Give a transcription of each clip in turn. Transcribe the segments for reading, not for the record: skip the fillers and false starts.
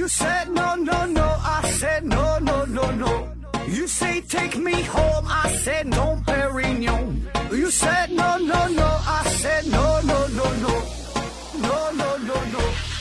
You said no, no, no, I said no, no, no, no. You say take me home, I said no, Perignon. You said no, no, no, I said no, no, no, no. No, no, no, no.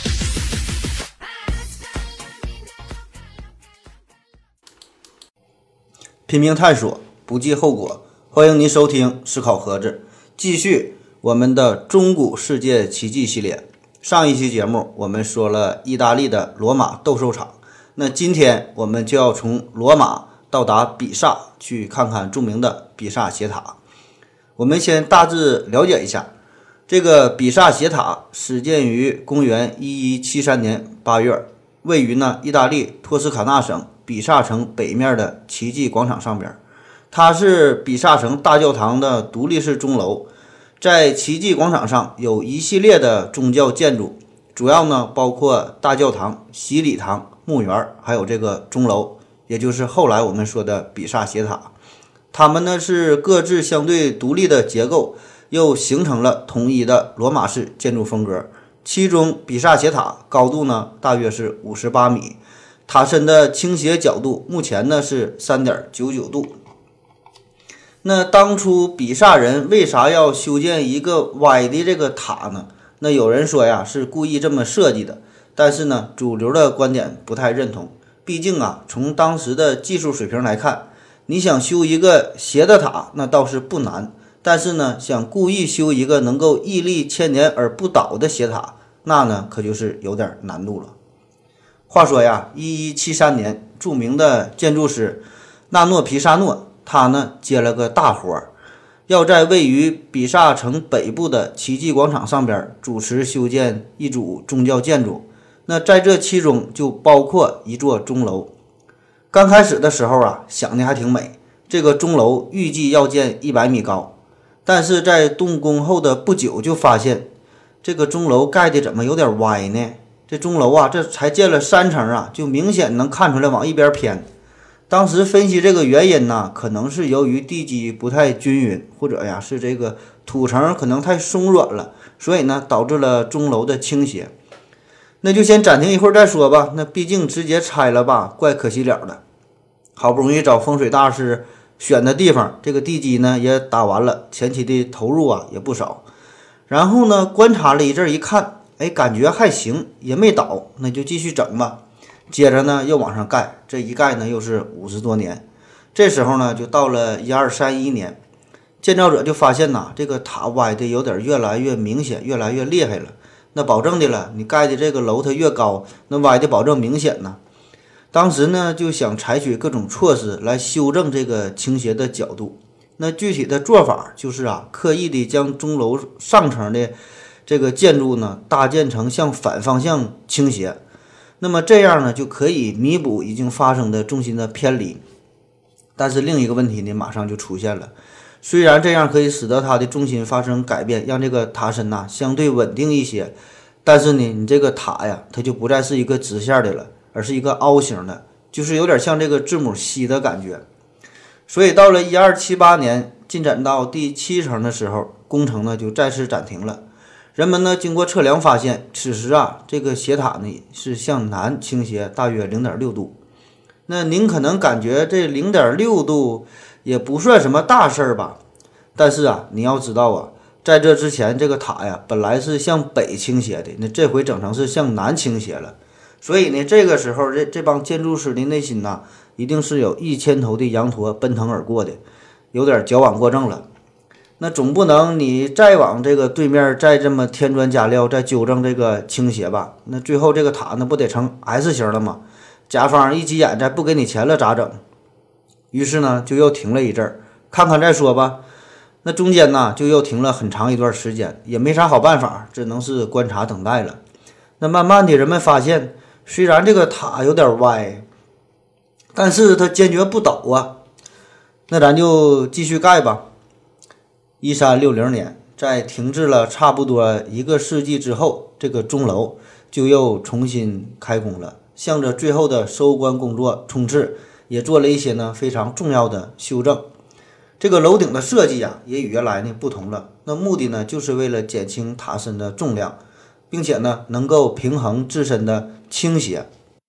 拼命探索，不计后果。欢迎您收听思考盒子，继续我们的中古世界奇迹系列。上一期节目我们说了意大利的罗马斗兽场，那今天我们就要从罗马到达比萨，去看看著名的比萨斜塔。我们先大致了解一下，这个比萨斜塔始建于公元1173年8月，位于意大利托斯卡纳省比萨城北面的奇迹广场上边。它是比萨城大教堂的独立式钟楼，在奇迹广场上有一系列的宗教建筑，主要包括大教堂、洗礼堂、墓园，还有这个钟楼，也就是后来我们说的比萨斜塔。它们是各自相对独立的结构，又形成了统一的罗马式建筑风格。其中比萨斜塔高度大约是58米，塔身的倾斜角度目前是 3.99 度。那当初比萨人为啥要修建一个歪的这个塔呢？那有人说是故意这么设计的，但是主流的观点不太认同。毕竟从当时的技术水平来看，你想修一个斜的塔那倒是不难，但是想故意修一个能够屹立千年而不倒的斜塔，那可就是有点难度了。话说1173年著名的建筑师纳诺皮沙诺，他接了个大活，要在位于比萨城北部的奇迹广场上边主持修建一组宗教建筑。那在这其中就包括一座钟楼。刚开始的时候想的还挺美，这个钟楼预计要建100米高，但是在动工后的不久就发现这个钟楼盖的怎么有点歪呢？这钟楼这才建了3层就明显能看出来往一边偏。当时分析这个原因可能是由于地基不太均匀，或者是这个土层可能太松软了，所以导致了钟楼的倾斜。那就先暂停一会儿再说吧，那毕竟直接拆了吧，怪可惜了的。好不容易找风水大师选的地方，这个地基也打完了，前期的投入也不少。然后观察了一阵一看，感觉还行，也没倒，那就继续整吧。接着又往上盖，这一盖又是50多年。这时候就到了1231年，建造者就发现这个塔歪的有点越来越明显，越来越厉害了。那保证的了，你盖的这个楼它越高，那歪的保证明显呢。当时就想采取各种措施来修正这个倾斜的角度。那具体的做法就是刻意的将钟楼上层的这个建筑搭建成向反方向倾斜。那么这样就可以弥补已经发生的重心的偏离。但是另一个问题马上就出现了，虽然这样可以使得它的重心发生改变，让这个塔身相对稳定一些，但是你这个塔它就不再是一个直线的了，而是一个凹形的，就是有点像这个字母 C 的感觉。所以到了1278年进展到第7层的时候，工程就再次暂停了。人们经过测量发现，此时这个斜塔是向南倾斜大约 0.6 度。那您可能感觉这 0.6 度也不算什么大事儿吧，但是你要知道在这之前这个塔本来是向北倾斜的，那这回整成是向南倾斜了。所以这个时候这帮建筑师的内心一定是有1000头的羊驼奔腾而过的，有点矫枉过正了。那总不能你再往这个对面再这么添砖加料，再纠正这个倾斜吧？那最后这个塔不得成 S 型了吗？甲方一急眼，再不给你钱了咋整？于是就又停了一阵儿，看看再说吧。那中间就又停了很长一段时间，也没啥好办法，只能是观察等待了。那慢慢的人们发现，虽然这个塔有点歪，但是它坚决不倒那咱就继续盖吧。1360年，在停滞了差不多1个世纪之后，这个钟楼就又重新开工了，向着最后的收官工作冲刺，也做了一些非常重要的修正。这个楼顶的设计也与原来不同了，那目的就是为了减轻塔身的重量，并且能够平衡自身的倾斜。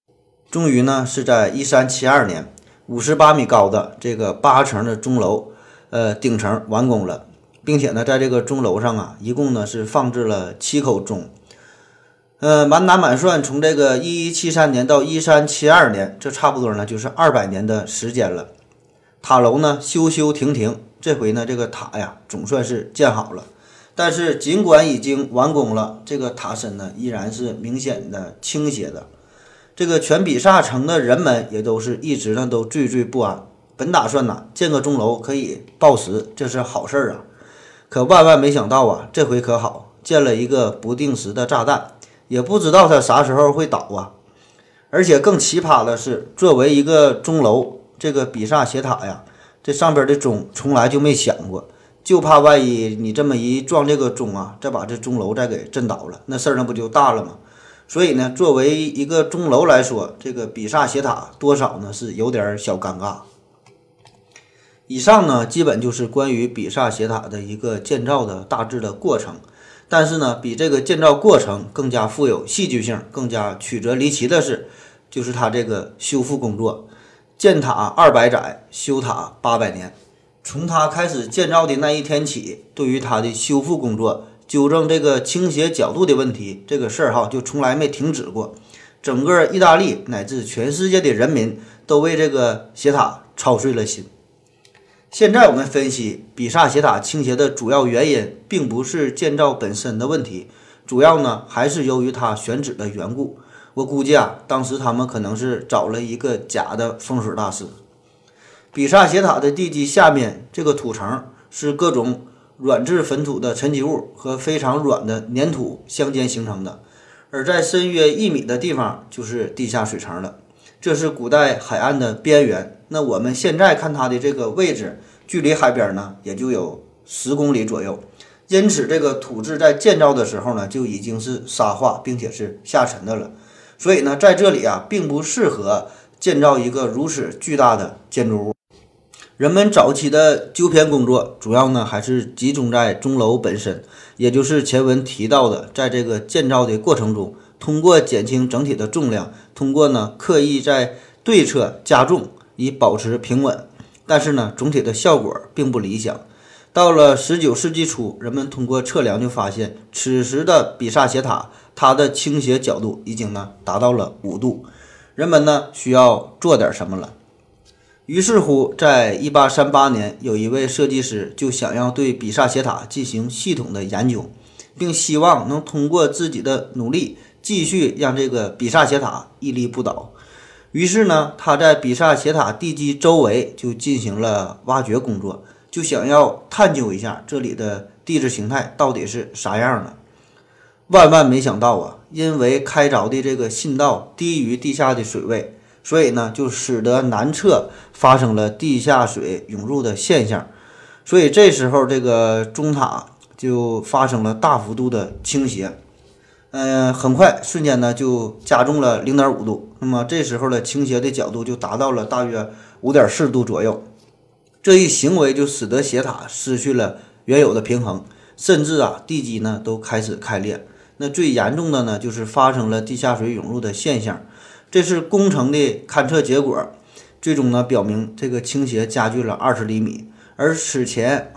终于呢是在1372年58米高的这个8层的钟楼顶层完工了，并且呢在这个钟楼上啊一共呢是放置了7口钟。满打满算从这个1173年到1372年，这差不多呢就是200年的时间了。塔楼呢修修停停，这回呢这个塔呀总算是建好了。但是尽管已经完工了，这个塔身呢依然是明显的倾斜的。这个全比萨城的人们也都是一直呢都惴惴不安，本打算呢建个钟楼可以报时，这是好事啊。可万万没想到啊，这回可好，建了一个不定时的炸弹，也不知道它啥时候会倒啊。而且更奇葩的是，作为一个钟楼，这个比萨斜塔呀，这上边的钟从来就没响过，就怕万一你这么一撞这个钟啊，再把这钟楼再给震倒了，那事儿那不就大了吗？所以呢，作为一个钟楼来说，这个比萨斜塔多少呢是有点小尴尬。以上呢，基本就是关于比萨斜塔的一个建造的大致的过程。但是呢，比这个建造过程更加富有戏剧性、更加曲折离奇的是，就是它这个修复工作。建塔200载，修塔800年。从它开始建造的那一天起，对于它的修复工作，纠正这个倾斜角度的问题，这个事儿就从来没停止过。整个意大利乃至全世界的人民都为这个斜塔操碎了心。现在我们分析比萨斜塔倾斜的主要原因，并不是建造本身的问题，主要呢还是由于它选址的缘故。我估计啊，当时他们可能是找了一个假的风水大师。比萨斜塔的地基下面这个土层是各种软质粉土的沉积物和非常软的粘土相间形成的，而在深约1米的地方就是地下水层了。这是古代海岸的边缘，那我们现在看它的这个位置，距离海边呢也就有10公里左右，因此这个土质在建造的时候呢就已经是沙化并且是下沉的了。所以呢，在这里啊并不适合建造一个如此巨大的建筑物。人们早期的纠偏工作主要呢还是集中在钟楼本身，也就是前文提到的，在这个建造的过程中，通过减轻整体的重量，通过呢刻意在对侧加重以保持平稳，但是呢总体的效果并不理想。到了19世纪初，人们通过测量就发现，此时的比萨斜塔它的倾斜角度已经呢达到了5度，人们呢需要做点什么了。于是乎，在1838年，有一位设计师就想要对比萨斜塔进行系统的研究，并希望能通过自己的努力继续让这个比萨斜塔屹立不倒。于是呢，他在比萨斜塔地基周围就进行了挖掘工作，就想要探究一下这里的地质形态到底是啥样的。万万没想到啊，因为开凿的这个信道低于地下的水位，所以呢就使得南侧发生了地下水涌入的现象，所以这时候这个钟塔就发生了大幅度的倾斜。很快瞬间呢就加重了 0.5 度，那么这时候的倾斜的角度就达到了大约 5.4 度左右。这一行为就使得斜塔失去了原有的平衡，甚至啊地基呢都开始开裂。那最严重的呢就是发生了地下水涌入的现象，这是工程的勘测结果，最终呢表明这个倾斜加剧了20厘米，而此前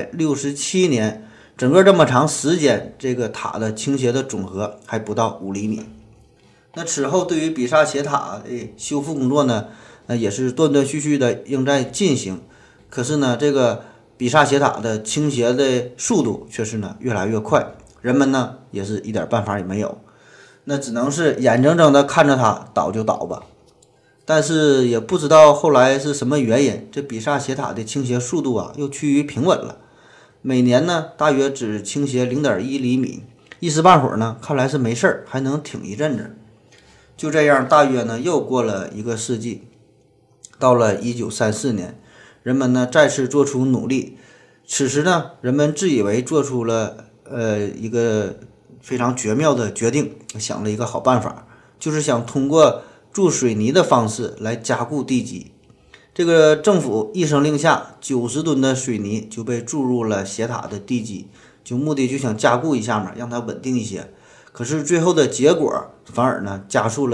267年整个这么长时间，这个塔的倾斜的总和还不到5厘米。那此后对于比萨斜塔的修复工作呢，也是断断续续的仍在进行。可是呢，这个比萨斜塔的倾斜的速度却是呢越来越快，人们呢也是一点办法也没有，那只能是眼睁睁的看着它倒就倒吧。但是也不知道后来是什么原因，这比萨斜塔的倾斜速度啊又趋于平稳了。每年呢大约只倾斜 0.1 厘米，一时半会儿呢看来是没事儿，还能挺一阵子。就这样大约呢又过了1个世纪，到了1934年，人们呢再次做出努力。此时呢人们自以为做出了一个非常绝妙的决定，想了一个好办法，就是想通过注水泥的方式来加固地基。这个政府一声令下，90吨的水泥就被注入了斜塔的地基，目的就想加固一下嘛，让它稳定一些。可是最后的结果反而呢加速了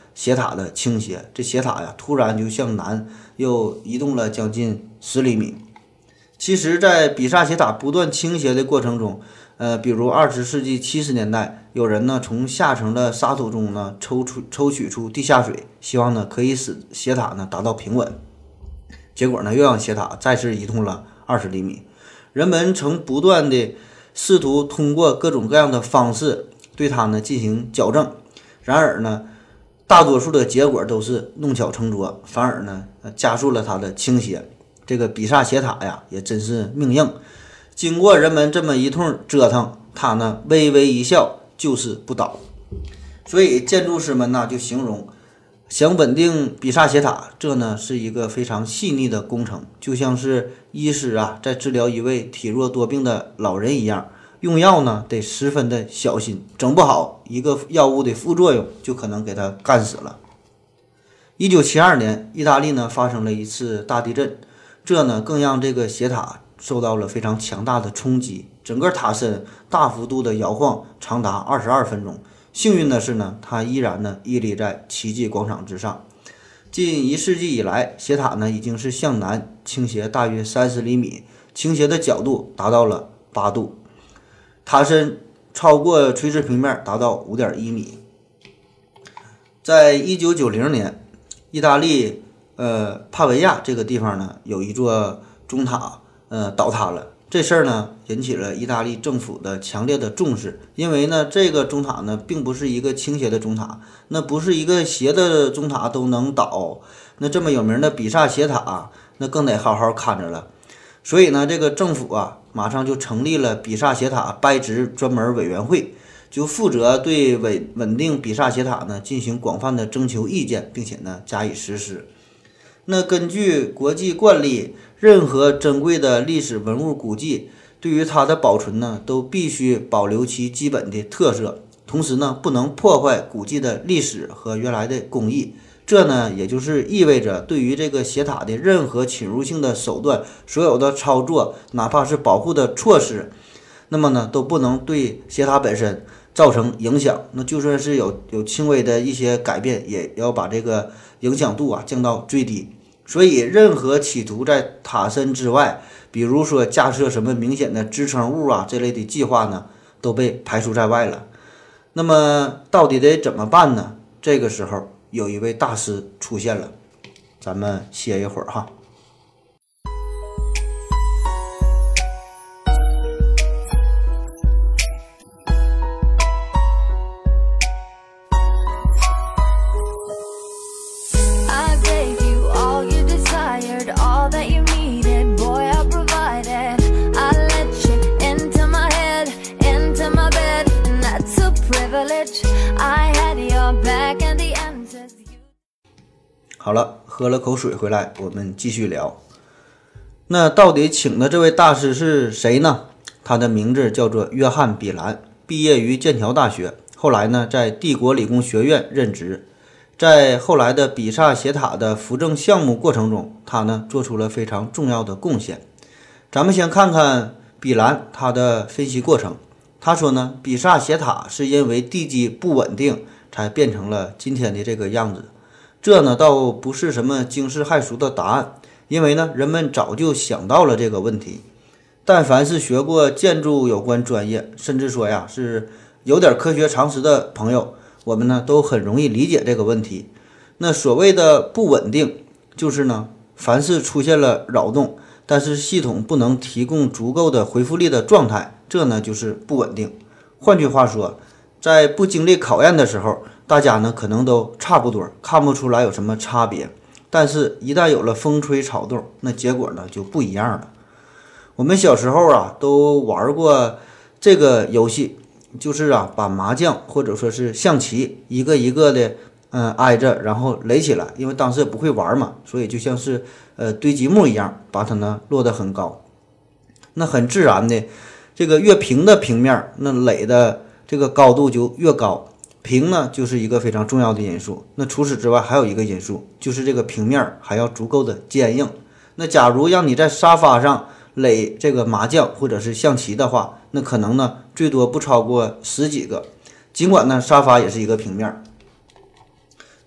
斜塔的倾斜，这斜塔呀突然就向南又移动了将近10厘米。其实在比萨斜塔不断倾斜的过程中，比如20世纪70年代，有人呢从下层的沙土中呢抽取出地下水，希望呢可以使斜塔呢达到平稳。结果呢又让斜塔再次移动了20厘米。人们曾不断的试图通过各种各样的方式对它呢进行矫正，然而呢大多数的结果都是弄巧成拙，反而呢加速了它的倾斜。这个比萨斜塔呀也真是命硬，经过人们这么一通折腾，它呢微微一笑就是不倒。所以建筑师们呢就形容，想稳定比萨斜塔，这呢是一个非常细腻的工程，就像是医师啊在治疗一位体弱多病的老人一样，用药呢得十分的小心，整不好一个药物的副作用就可能给他干死了。1972年，意大利呢发生了一次大地震，这呢更让这个斜塔受到了非常强大的冲击，整个塔身大幅度的摇晃，长达22分钟。幸运的是呢，它依然呢屹立在奇迹广场之上。近1世纪以来，斜塔呢已经是向南倾斜大约30厘米，倾斜的角度达到了8度，塔身超过垂直平面达到5.1米。在1990年，意大利帕维亚这个地方呢有一座钟塔倒塌了。这事儿呢引起了意大利政府的强烈的重视，因为呢这个钟塔呢并不是一个倾斜的钟塔，那不是一个斜的钟塔都能倒，那这么有名的比萨斜塔那更得好好看着了。所以呢这个政府啊马上就成立了比萨斜塔掰直专门委员会，就负责对稳定比萨斜塔呢进行广泛的征求意见，并且呢加以实施。那根据国际惯例，任何珍贵的历史文物古迹对于它的保存呢都必须保留其基本的特色，同时呢不能破坏古迹的历史和原来的工艺。这呢也就是意味着对于这个斜塔的任何侵入性的手段，所有的操作，哪怕是保护的措施，那么呢都不能对斜塔本身造成影响。那就算是有轻微的一些改变，也要把这个影响度降到最低。所以任何企图在塔身之外，比如说架设什么明显的支撑物这类的计划呢都被排除在外了。那么到底得怎么办呢？这个时候有一位大师出现了，咱们歇一会儿哈。好了，喝了口水回来，我们继续聊。那到底请的这位大师是谁呢？他的名字叫做约翰·比兰，毕业于剑桥大学，后来呢在帝国理工学院任职。在后来的比萨斜塔的扶正项目过程中，他呢做出了非常重要的贡献。咱们先看看比兰他的分析过程。他说呢，比萨斜塔是因为地基不稳定才变成了今天的这个样子。这呢倒不是什么惊世骇俗的答案，因为呢人们早就想到了这个问题。但凡是学过建筑有关专业，甚至说是有点科学常识的朋友，我们呢都很容易理解这个问题。那所谓的不稳定，就是呢凡是出现了扰动，但是系统不能提供足够的回复力的状态，这呢就是不稳定。换句话说，在不经历考验的时候，大家呢可能都差不多，看不出来有什么差别，但是一旦有了风吹草动，那结果呢就不一样了。我们小时候都玩过这个游戏，就是把麻将或者说是象棋一个一个的挨着然后垒起来，因为当时也不会玩嘛，所以就像是堆积木一样，把它呢落得很高。那很自然的，这个越平的平面，那垒的这个高度就越高。平呢就是一个非常重要的因素。那除此之外还有一个因素，就是这个平面还要足够的坚硬。那假如让你在沙发上垒这个麻将或者是象棋的话，那可能呢最多不超过10几个，尽管呢沙发也是一个平面。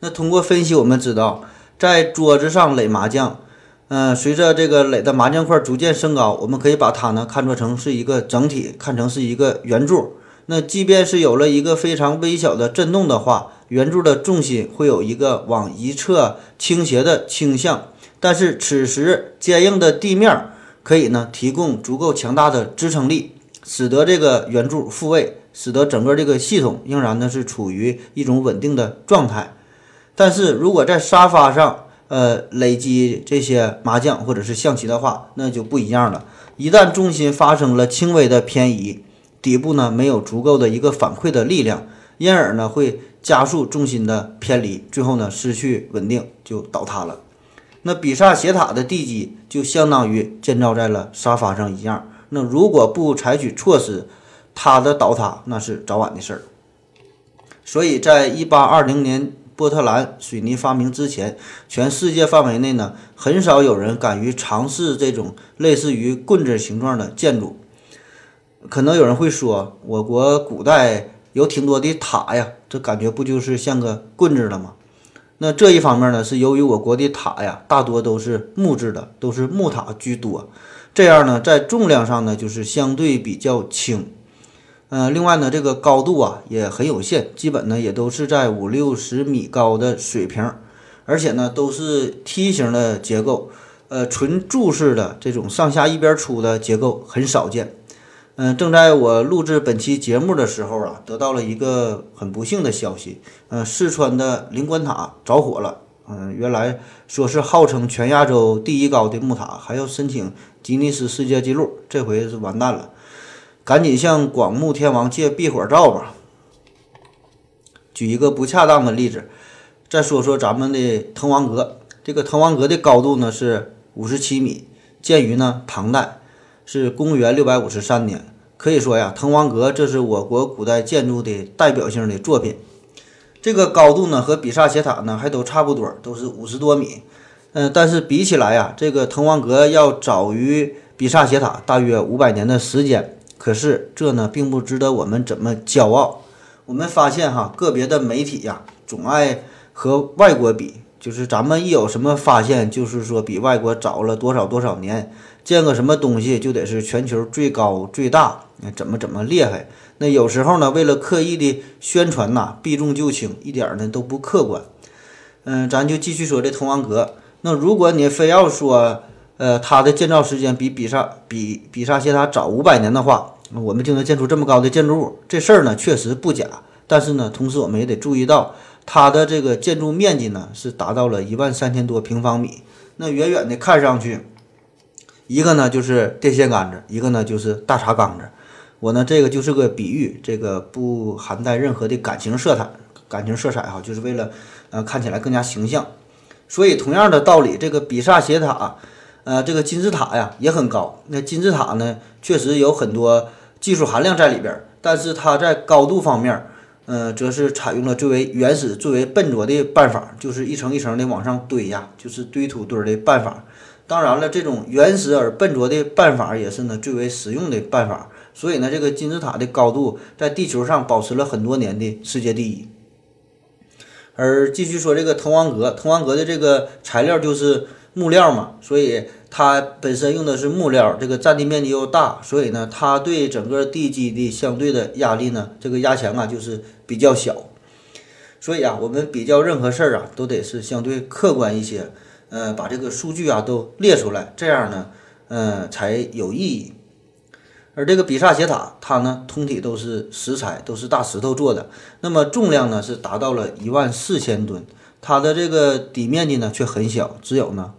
那通过分析我们知道，在桌子上垒麻将，随着这个垒的麻将块逐渐升高，我们可以把它呢看作成是一个整体，看成是一个圆柱。那即便是有了一个非常微小的震动的话，圆柱的重心会有一个往一侧倾斜的倾向，但是此时坚硬的地面可以呢提供足够强大的支撑力，使得这个圆柱复位，使得整个这个系统仍然呢是处于一种稳定的状态。但是如果在沙发上累积这些麻将或者是象棋的话，那就不一样了。一旦重心发生了轻微的偏移，底部呢没有足够的一个反馈的力量，因而呢会加速重心的偏离，最后呢失去稳定就倒塌了。那比萨斜塔的地基就相当于建造在了沙发上一样，那如果不采取措施，它的倒塌那是早晚的事儿。所以在1820年波特兰水泥发明之前，全世界范围内呢很少有人敢于尝试这种类似于棍子形状的建筑。可能有人会说，我国古代有挺多的塔呀，这感觉不就是像个棍子了吗？那这一方面呢，是由于我国的塔呀，大多都是木质的，都是木塔居多，这样呢，在重量上呢，就是相对比较轻。另外呢，这个高度啊也很有限，基本呢也都是在50-60米高的水平，而且呢都是梯形的结构，纯柱式的这种上下一边出的结构很少见。正在我录制本期节目的时候啊，得到了一个很不幸的消息，四川的灵官塔着火了。原来说是号称全亚洲第一高的木塔，还要申请吉尼斯世界纪录，这回是完蛋了，赶紧向广木天王借避火罩吧。举一个不恰当的例子，再说说咱们的滕王阁。这个滕王阁的高度呢是57米，建于呢唐代，是公元653年。可以说呀，滕王阁这是我国古代建筑的代表性的作品。这个高度呢和比萨斜塔呢还都差不多，都是50多米。但是比起来呀，这个滕王阁要早于比萨斜塔大约500年的时间。可是这呢并不值得我们怎么骄傲。我们发现哈，个别的媒体呀总爱和外国比，就是咱们一有什么发现，就是说比外国早了多少多少年，建个什么东西就得是全球最高最大，怎么厉害。那有时候呢，为了刻意的宣传呐，避重就轻，一点呢都不客观。咱就继续说这滕王阁。那如果你非要说它的建造时间比比萨斜塔早500年的话，我们就能建出这么高的建筑物，这事儿呢确实不假。但是呢，同时我们也得注意到，它的这个建筑面积呢是达到了13000多平方米。那远远的看上去，一个呢就是电线杆子，一个呢就是大茶缸子。我呢这个就是个比喻，这个不含带任何的感情色彩哈，就是为了看起来更加形象。所以同样的道理，这个比萨斜塔这个金字塔呀也很高。那金字塔呢确实有很多技术含量在里边，但是它在高度方面则是采用了最为原始最为笨拙的办法，就是一层一层的往上堆呀，就是堆土堆的办法。当然了，这种原始而笨拙的办法也是呢最为实用的办法。所以呢，这个金字塔的高度在地球上保持了很多年的世界第一。而继续说这个滕王阁的这个材料就是木料嘛，所以它本身用的是木料，这个占地面积又大，所以呢，它对整个地基的相对的压力呢，这个压强啊就是比较小。所以啊，我们比较任何事儿啊，都得是相对客观一些，把这个数据啊都列出来，这样呢，才有意义。而这个比萨斜塔，它呢通体都是石材，都是大石头做的，那么重量呢是达到了14000吨，它的这个底面积呢却很小，只有呢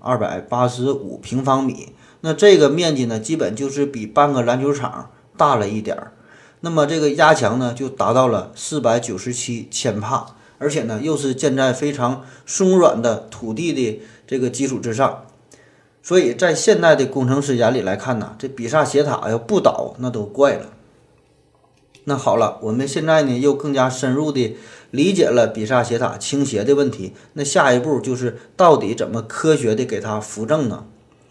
285平方米。那这个面积呢，基本就是比半个篮球场大了一点儿。那么这个压强呢就达到了497千帕，而且呢又是建在非常松软的土地的这个基础之上。所以在现代的工程师眼里来看呢，这比萨斜塔要不倒那都怪了。那好了，我们现在呢又更加深入的理解了比萨斜塔倾斜的问题。那下一步就是到底怎么科学的给它扶正呢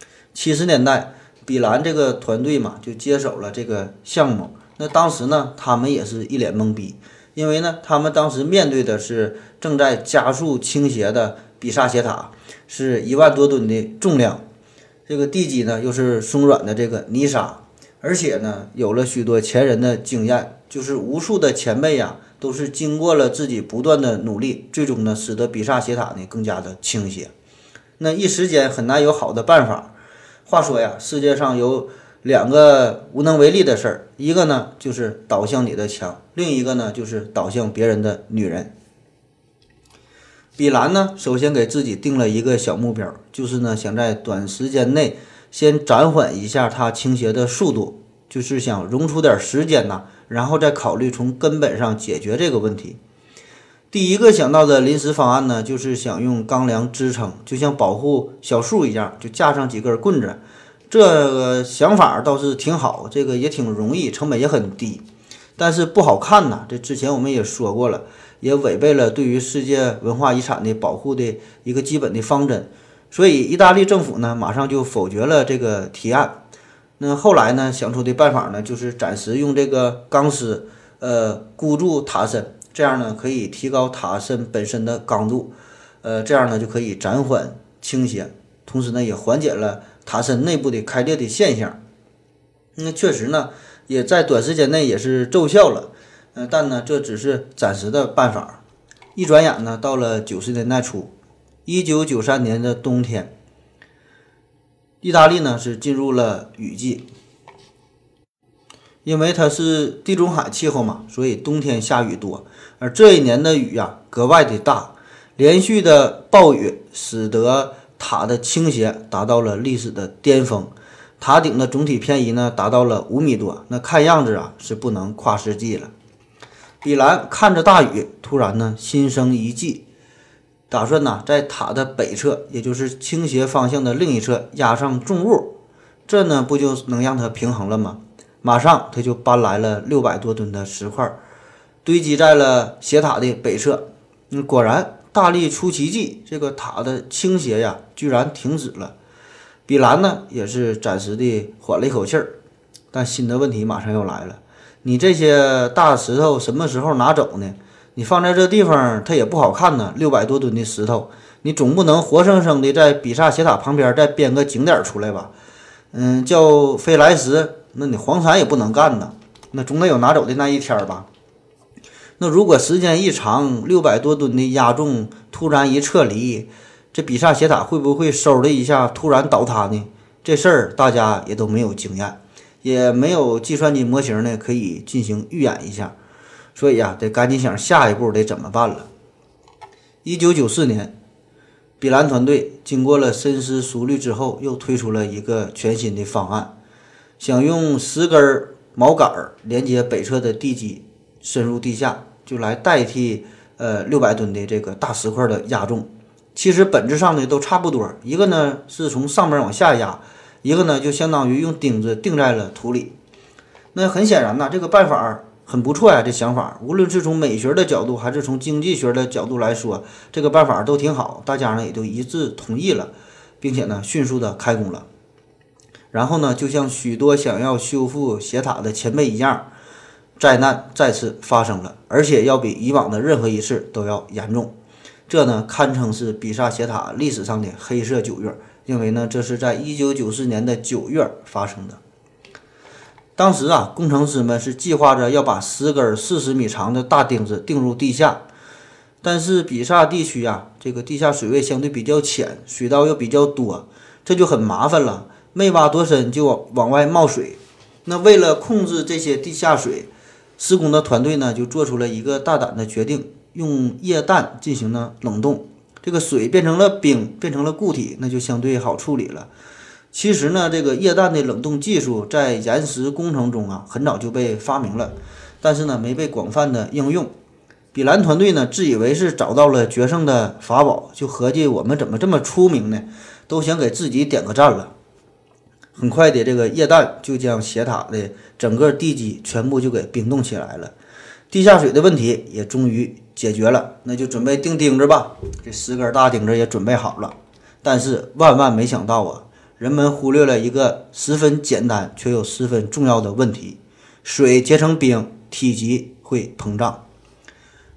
？70年代，比兰这个团队嘛就接手了这个项目。那当时呢，他们也是一脸懵逼， 因为呢，他们当时面对的是正在加速倾斜的比萨斜塔，是1万多吨的重量，这个地基呢又是松软的这个泥沙，而且呢有了许多前人的经验，就是无数的前辈呀，都是经过了自己不断的努力，最终呢使得比萨斜塔呢更加的倾斜。那一时间很难有好的办法。话说呀，世界上有2个无能为力的事儿，一个呢就是倒向你的墙，另一个呢就是倒向别人的女人。比兰呢，首先给自己定了一个小目标，就是呢想在短时间内先暂缓一下它倾斜的速度，就是想容出点时间呐，然后再考虑从根本上解决这个问题。第一个想到的临时方案呢，就是想用钢梁支撑，就像保护小树一样，就架上几根棍子。这个想法倒是挺好，这个也挺容易，成本也很低，但是不好看呐。这之前我们也说过了，也违背了对于世界文化遗产的保护的一个基本的方针，所以意大利政府呢马上就否决了这个提案。那后来呢想出的办法呢，就是暂时用这个钢丝箍住塔身，这样呢可以提高塔身本身的刚度，这样呢就可以暂缓倾斜，同时呢也缓解了塔身内部的开裂的现象。那确实呢也在短时间内也是奏效了，但呢这只是暂时的办法。一转眼呢到了90年代初，1993年的冬天，意大利呢是进入了雨季。因为它是地中海气候嘛，所以冬天下雨多，而这一年的雨呀格外的大，连续的暴雨使得塔的倾斜达到了历史的巅峰，塔顶的总体偏移呢达到了5米多，那看样子啊是不能跨世纪了。比兰看着大雨，突然呢心生一计，打算呢在塔的北侧，也就是倾斜方向的另一侧压上重物，这呢不就能让它平衡了吗？马上他就搬来了600多吨的石块，堆积在了斜塔的北侧。果然大力出奇迹，这个塔的倾斜呀居然停止了。比兰呢也是暂时的缓了一口气儿，但新的问题马上又来了。你这些大石头什么时候拿走呢？你放在这地方它也不好看呢，600多吨的石头，你总不能活生生的在比萨斜塔旁边再编个景点出来吧？叫飞来石，那你黄山也不能干呢，那总得有拿走的那一天吧。那如果时间一长，600多吨的压重突然一撤离，这比萨斜塔会不会嗖的一下突然倒塌呢？这事儿大家也都没有经验，也没有计算机模型呢可以进行预演一下，所以呀得赶紧想下一步得怎么办了。1994年，比兰团队经过了深思熟虑之后，又推出了一个全新的方案，想用10根锚杆连接北侧的地基深入地下，就来代替600吨的这个大石块的压重。其实本质上呢都差不多，一个呢是从上面往下压，一个呢就相当于用钉子钉在了土里。那很显然呢，这个办法很不错呀，这想法无论是从美学的角度还是从经济学的角度来说，这个办法都挺好，大家呢也就一致同意了，并且呢迅速的开工了。然后呢就像许多想要修复斜塔的前辈一样，灾难再次发生了，而且要比以往的任何一次都要严重。这呢堪称是比萨斜塔历史上的黑色9月，因为呢这是在1994年的9月发生的。当时啊，工程师们是计划着要把10根40米长的大钉子钉入地下，但是比萨地区啊，这个地下水位相对比较浅，水道又比较多，这就很麻烦了，没挖多深就往外冒水。那为了控制这些地下水，施工的团队呢就做出了一个大胆的决定，用液氮进行了冷冻，这个水变成了冰，变成了固体，那就相对好处理了。其实呢，这个液氮的冷冻技术在岩石工程中啊很早就被发明了，但是呢没被广泛的应用。比兰团队呢自以为是找到了决胜的法宝，就合计我们怎么这么出名呢，都想给自己点个赞了。很快的，这个液氮就将斜塔的整个地基全部就给冰冻起来了，地下水的问题也终于解决了，那就准备钉钉子吧。这10根大钉子也准备好了，但是万万没想到啊，人们忽略了一个十分简单却又十分重要的问题：水结成冰，体积会膨胀。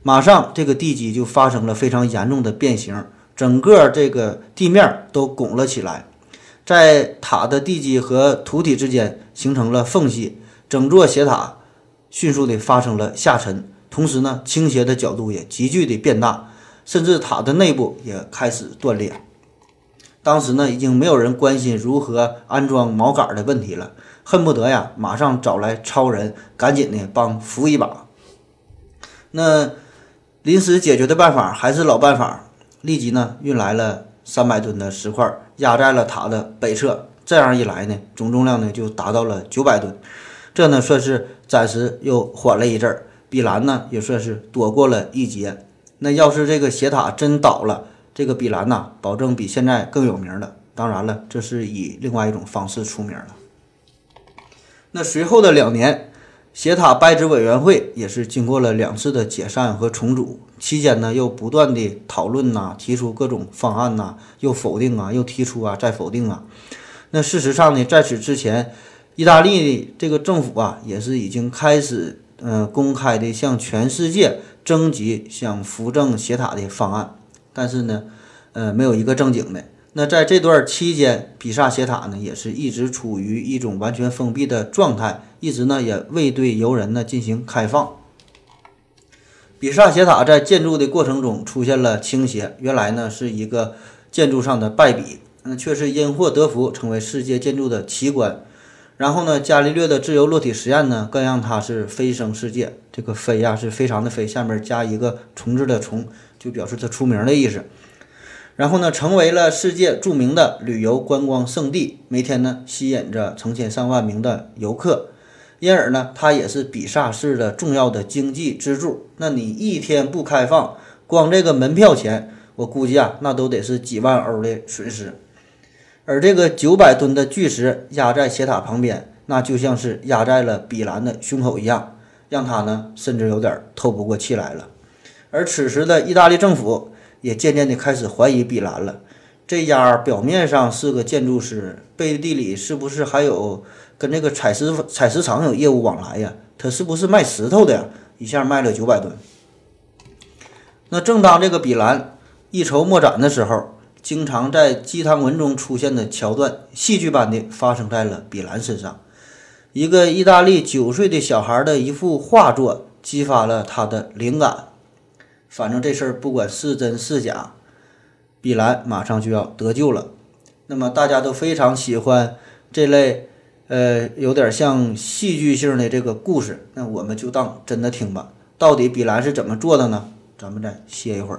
马上这个地基就发生了非常严重的变形，整个这个地面都拱了起来，在塔的地基和土体之间形成了缝隙，整座斜塔迅速地发生了下沉，同时呢，倾斜的角度也急剧地变大，甚至塔的内部也开始断裂。当时呢，已经没有人关心如何安装锚杆的问题了，恨不得呀马上找来超人，赶紧的帮扶一把。那临时解决的办法还是老办法，立即呢运来了300吨的石块，压在了塔的北侧。这样一来呢，总重量呢就达到了900吨，这呢算是暂时又缓了一阵儿，比兰呢也算是躲过了一劫。那要是这个斜塔真倒了，这个比兰呐，保证比现在更有名了。当然了，这是以另外一种方式出名了。那随后的2年，斜塔掰直委员会也是经过了2次的解散和重组，期间呢又不断的讨论呐，提出各种方案呐，又否定啊，又提出啊，再否定啊。那事实上呢，在此之前，意大利这个政府啊，也是已经开始公开的向全世界征集想扶正斜塔的方案。但是呢，没有一个正经的。那在这段期间，比萨斜塔呢也是一直处于一种完全封闭的状态，一直呢也未对游人呢进行开放。比萨斜塔在建筑的过程中出现了倾斜，原来呢是一个建筑上的败笔，却是因祸得福，成为世界建筑的奇观。然后呢，伽利略的自由落体实验呢，更让它是飞升世界。这个飞呀是非常的飞，下面加一个虫字的虫，就表示它出名的意思。然后呢，成为了世界著名的旅游观光胜地，每天呢吸引着成千上万名的游客。因而呢，它也是比萨市的重要的经济支柱。那你一天不开放，光这个门票钱，我估计啊，那都得是几万欧的损失。而这个900吨的巨石压在斜塔旁边，那就像是压在了比兰的胸口一样，让他呢甚至有点透不过气来了。而此时的意大利政府也渐渐地开始怀疑比兰了，这家表面上是个建筑师，背地里是不是还有跟这个采石场有业务往来呀？他是不是卖石头的呀？一下卖了900吨。那正当这个比兰一筹莫展的时候，经常在鸡汤文中出现的桥段，戏剧般的发生在了比兰身上。一个意大利9岁的小孩的一幅画作，激发了他的灵感。反正这事儿不管是真是假，比兰马上就要得救了。那么大家都非常喜欢这类有点像戏剧性的这个故事，那我们就当真的听吧。到底比兰是怎么做的呢？咱们再歇一会儿。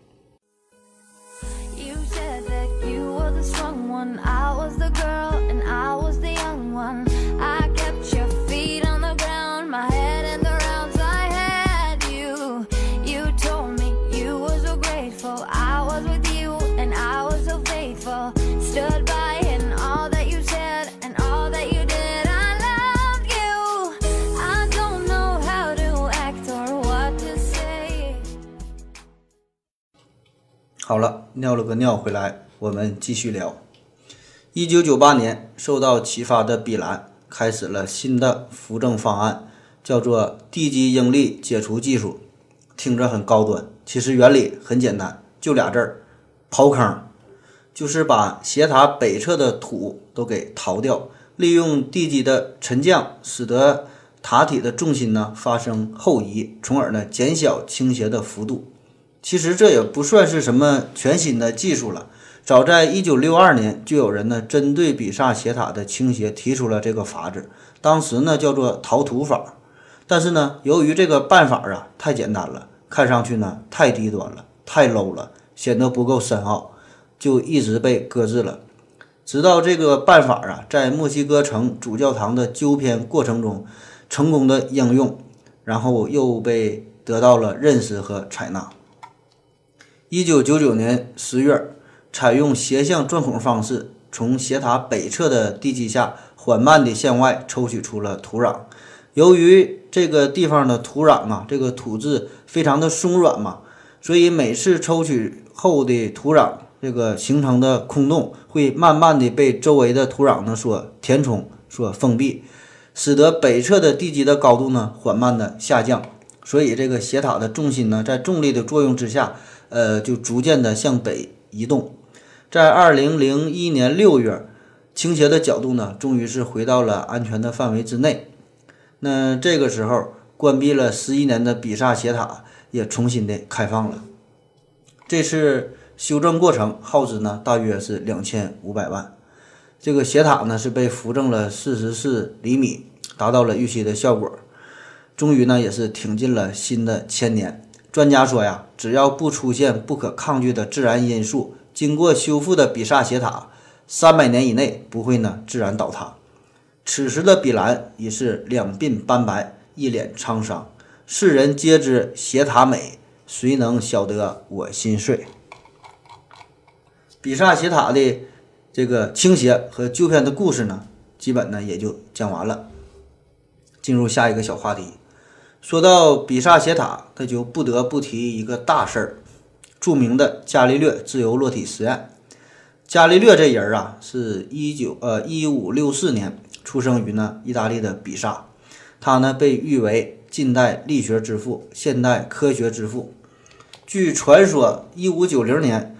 好了，尿了个尿回来，我们继续聊。1998年，受到启发的比兰开始了新的扶正方案，叫做地基应力解除技术。听着很高端，其实原理很简单，就俩字儿：刨坑。就是把斜塔北侧的土都给刨掉，利用地基的沉降，使得塔体的重心呢发生后移，从而呢减小倾斜的幅度。其实这也不算是什么全新的技术了，早在1962年就有人呢针对比萨斜塔的倾斜提出了这个法子，当时呢叫做陶土法。但是呢，由于这个办法啊太简单了，看上去呢太低端了，太 low 了，显得不够深奥，就一直被搁置了。直到这个办法啊在墨西哥城主教堂的纠偏过程中成功的应用，然后又被得到了认识和采纳。1999年10月，采用斜向钻孔方式，从斜塔北侧的地基下缓慢地向外抽取出了土壤。由于这个地方的土壤啊，这个土质非常的松软嘛，所以每次抽取后的土壤这个形成的空洞会慢慢的被周围的土壤呢所填充、所封闭，使得北侧的地基的高度呢缓慢的下降。 所以这个斜塔的重心呢，在重力的作用之下，就逐渐的向北移动。在2001年6月，倾斜的角度呢，终于是回到了安全的范围之内。那这个时候，关闭了11年的比萨斜塔也重新的开放了。这次修正过程耗资呢，大约是2500万。这个斜塔呢是被扶正了44厘米，达到了预期的效果。终于呢也是挺进了新的千年。专家说呀，只要不出现不可抗拒的自然因素，经过修复的比萨斜塔300年以内不会呢自然倒塌。此时的比兰已是两鬓斑白，一脸沧桑。世人皆知斜塔美，谁能晓得我心碎？比萨斜塔的这个倾斜和旧片的故事呢，基本呢也就讲完了。进入下一个小话题。说到比萨斜塔，那就不得不提一个大事儿，著名的伽利略自由落体实验。伽利略这人啊，是1564年出生于呢意大利的比萨，他呢被誉为近代力学之父、现代科学之父。据传说，1590年，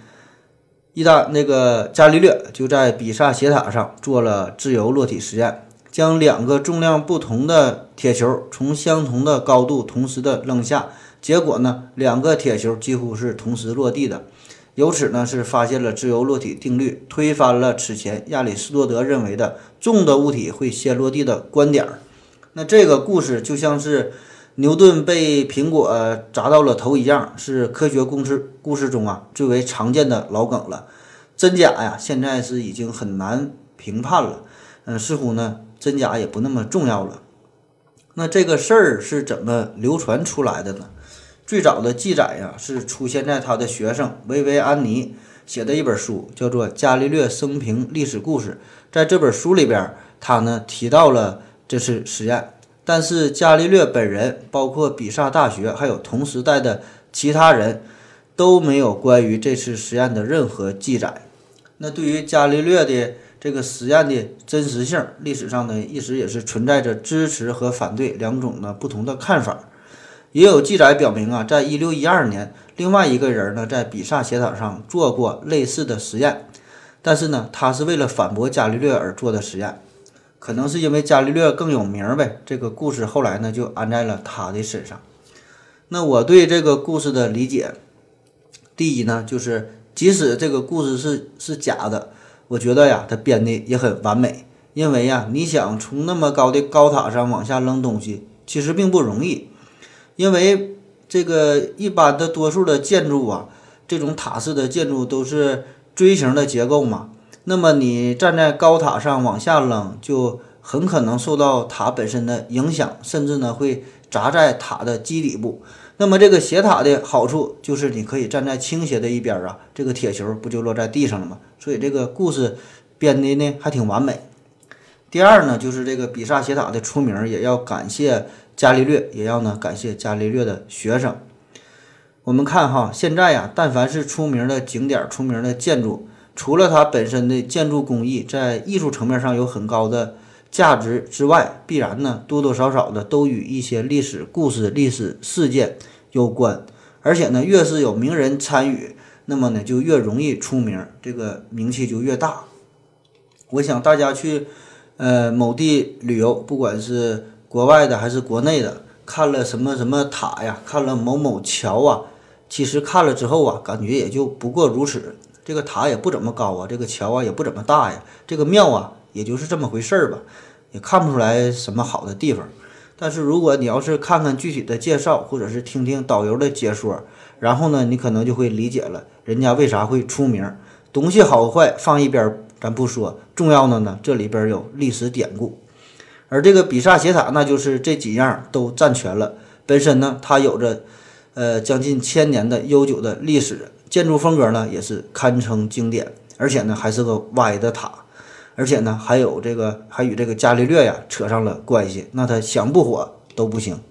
伽利略就在比萨斜塔上做了自由落体实验，将两个重量不同的铁球从相同的高度同时的扔下，结果呢，两个铁球几乎是同时落地的。由此呢，是发现了自由落体定律，推翻了此前亚里士多德认为的重的物体会先落地的观点。那这个故事就像是牛顿被苹果砸到了头一样，是科学故事中啊最为常见的老梗了。真假呀，现在是已经很难评判了。似乎呢真假也不那么重要了。那这个事儿是怎么流传出来的呢？最早的记载呀，是出现在他的学生维维安尼写的一本书，叫做《伽利略生平历史故事》。在这本书里边，他呢提到了这次实验，但是伽利略本人，包括比萨大学还有同时代的其他人都没有关于这次实验的任何记载。那对于伽利略的这个实验的真实性，历史上呢一直也是存在着支持和反对两种呢不同的看法。也有记载表明啊，在1612年，另外一个人呢在比萨斜塔上做过类似的实验，但是呢他是为了反驳伽利略而做的实验，可能是因为伽利略更有名呗，这个故事后来呢就安在了他的身上。那我对这个故事的理解，第一呢，就是即使这个故事是假的，我觉得呀它编的也很完美，因为呀你想从那么高的高塔上往下扔东西，其实并不容易。因为这个一般的多数的建筑啊，这种塔式的建筑都是锥形的结构嘛，那么你站在高塔上往下扔，就很可能受到塔本身的影响，甚至呢会砸在塔的基底部。那么这个斜塔的好处就是你可以站在倾斜的一边啊，这个铁球不就落在地上了吗？所以这个故事编的呢还挺完美。第二呢，就是这个比萨斜塔的出名也要感谢伽利略，也要呢感谢伽利略的学生。我们看哈，现在呀，但凡是出名的景点、出名的建筑，除了它本身的建筑工艺在艺术层面上有很高的价值之外，必然呢多多少少的都与一些历史故事、历史事件有关。而且呢，越是有名人参与，那么呢就越容易出名，这个名气就越大。我想大家去某地旅游，不管是国外的还是国内的，看了什么什么塔呀，看了某某桥啊，其实看了之后啊，感觉也就不过如此。这个塔也不怎么高啊，这个桥啊也不怎么大呀，这个庙啊也就是这么回事儿吧，也看不出来什么好的地方。但是如果你要是看看具体的介绍，或者是听听导游的解说，然后呢，你可能就会理解了人家为啥会出名。东西好坏放一边咱不说，重要的呢，这里边有历史典故。而这个比萨斜塔，那就是这几样都占全了。本身呢，它有着将近1000年的悠久的历史，建筑风格呢也是堪称经典，而且呢还是个歪的塔，而且呢还与这个伽利略呀扯上了关系，那他想不火都不行。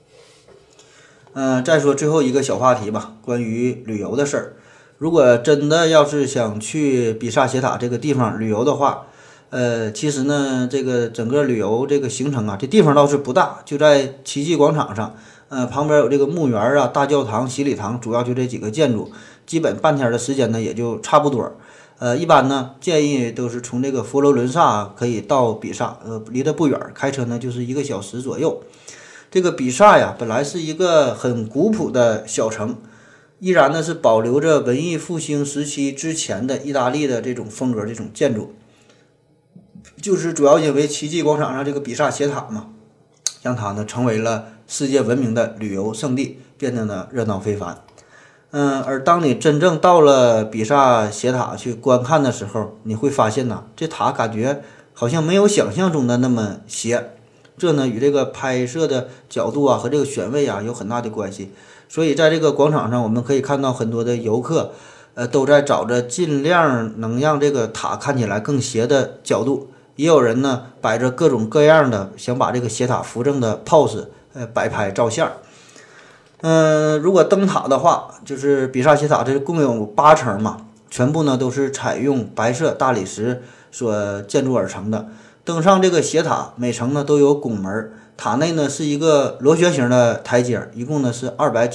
再说最后一个小话题吧，关于旅游的事儿。如果真的要是想去比萨斜塔这个地方旅游的话，其实呢，这个整个旅游这个行程啊，这地方倒是不大，就在奇迹广场上， 旁边有这个墓园啊、大教堂、洗礼堂，主要就这几个建筑，基本半天的时间呢也就差不多。一般呢建议都是从这个佛罗伦萨可以到比萨，离得不远，开车呢就是1个小时左右。这个比萨呀，本来是一个很古朴的小城，依然呢是保留着文艺复兴时期之前的意大利的这种风格、这种建筑，就是主要因为奇迹广场上这个比萨斜塔嘛，让它呢成为了世界闻名的旅游胜地，变得呢热闹非凡。而当你真正到了比萨斜塔去观看的时候，你会发现呢，这塔感觉好像没有想象中的那么斜。这呢与这个拍摄的角度啊和这个选位啊有很大的关系，所以在这个广场上，我们可以看到很多的游客，都在找着尽量能让这个塔看起来更斜的角度，也有人呢摆着各种各样的想把这个斜塔扶正的 pose，摆拍照相。如果登塔的话，就是比萨斜塔这共有8层嘛，全部呢都是采用白色大理石所建筑而成的。登上这个斜塔，每层呢都有拱门，塔内呢是一个螺旋形的台阶，一共呢是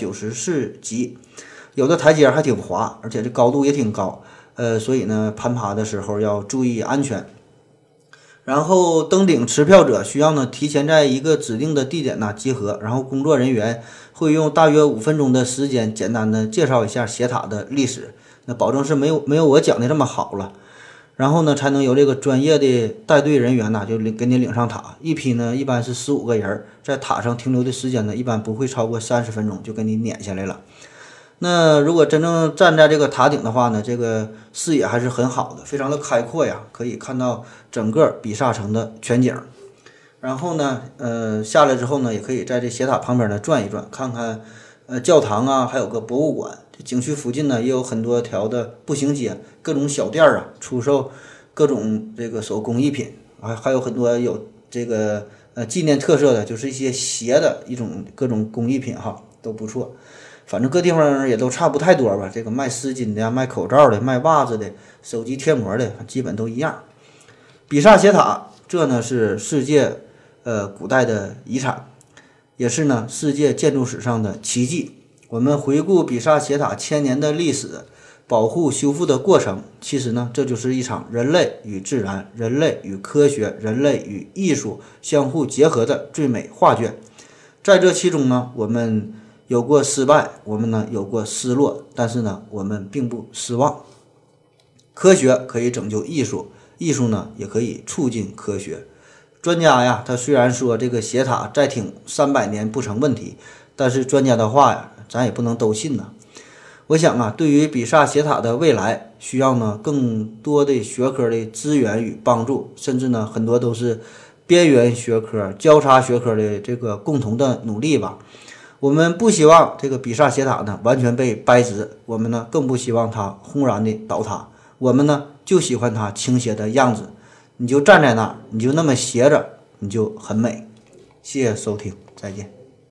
294级，有的台阶还挺滑，而且这高度也挺高，所以呢攀爬的时候要注意安全。然后登顶持票者需要呢提前在一个指定的地点呢集合，然后工作人员会用大约5分钟的时间简单的介绍一下斜塔的历史，那保证是没有我讲的这么好了。然后呢，才能由这个专业的带队人员呢，就给你领上塔。一批呢，一般是15个人，在塔上停留的时间呢，一般不会超过30分钟，就给你撵下来了。那如果真正站在这个塔顶的话呢，这个视野还是很好的，非常的开阔呀，可以看到整个比萨城的全景。然后呢，下来之后呢，也可以在这斜塔旁边呢转一转，看看教堂啊，还有个博物馆。景区附近呢也有很多条的步行街，各种小店啊，出售各种这个手工艺品，还有很多有这个纪念特色的，就是一些鞋的各种工艺品哈，都不错。反正各地方也都差不太多吧，这个卖丝巾的呀，卖口罩的，卖袜子的，手机贴膜的，基本都一样。比萨斜塔这呢是世界古代的遗产，也是呢世界建筑史上的奇迹。我们回顾比萨斜塔1000年的历史，保护修复的过程，其实呢，这就是一场人类与自然、人类与科学、人类与艺术相互结合的最美画卷。在这其中呢，我们有过失败，我们呢有过失落，但是呢，我们并不失望。科学可以拯救艺术，艺术呢也可以促进科学。专家呀，他虽然说这个斜塔再挺300年不成问题，但是专家的话呀，咱也不能都信呐。我想啊，对于比萨斜塔的未来，需要呢更多的学科的资源与帮助，甚至呢很多都是边缘学科、交叉学科的这个共同的努力吧。我们不希望这个比萨斜塔呢完全被掰直，我们呢更不希望它轰然的倒塌，我们呢就喜欢它倾斜的样子。你就站在那儿，你就那么斜着，你就很美。谢谢收听，再见。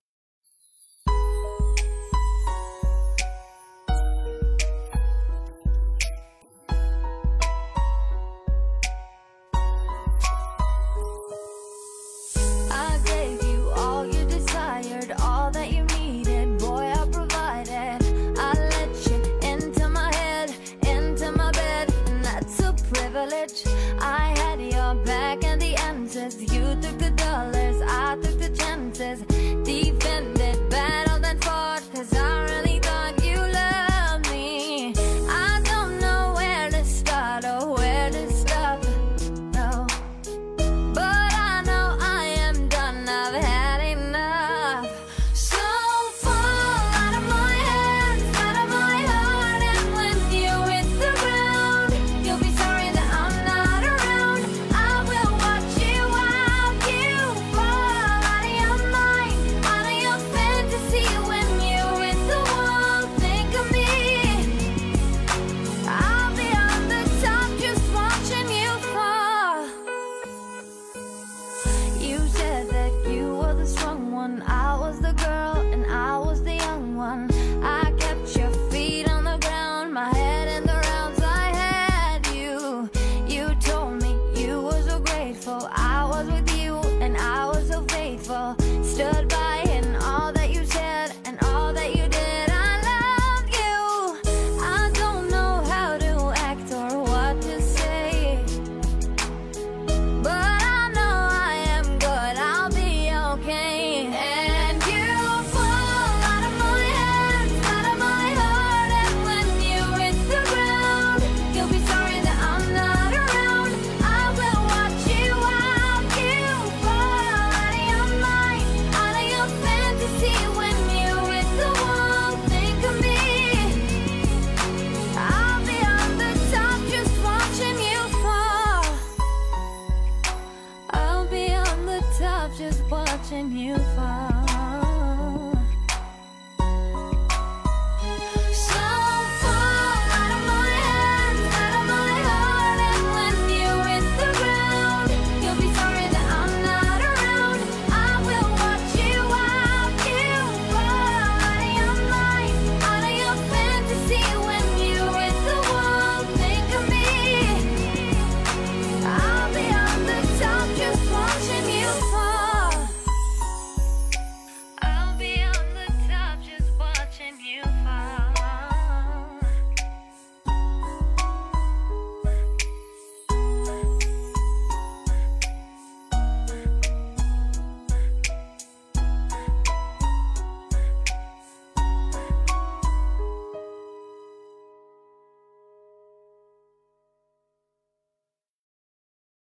I had your back and the answers. You took the dollars, I took the chances. you fall.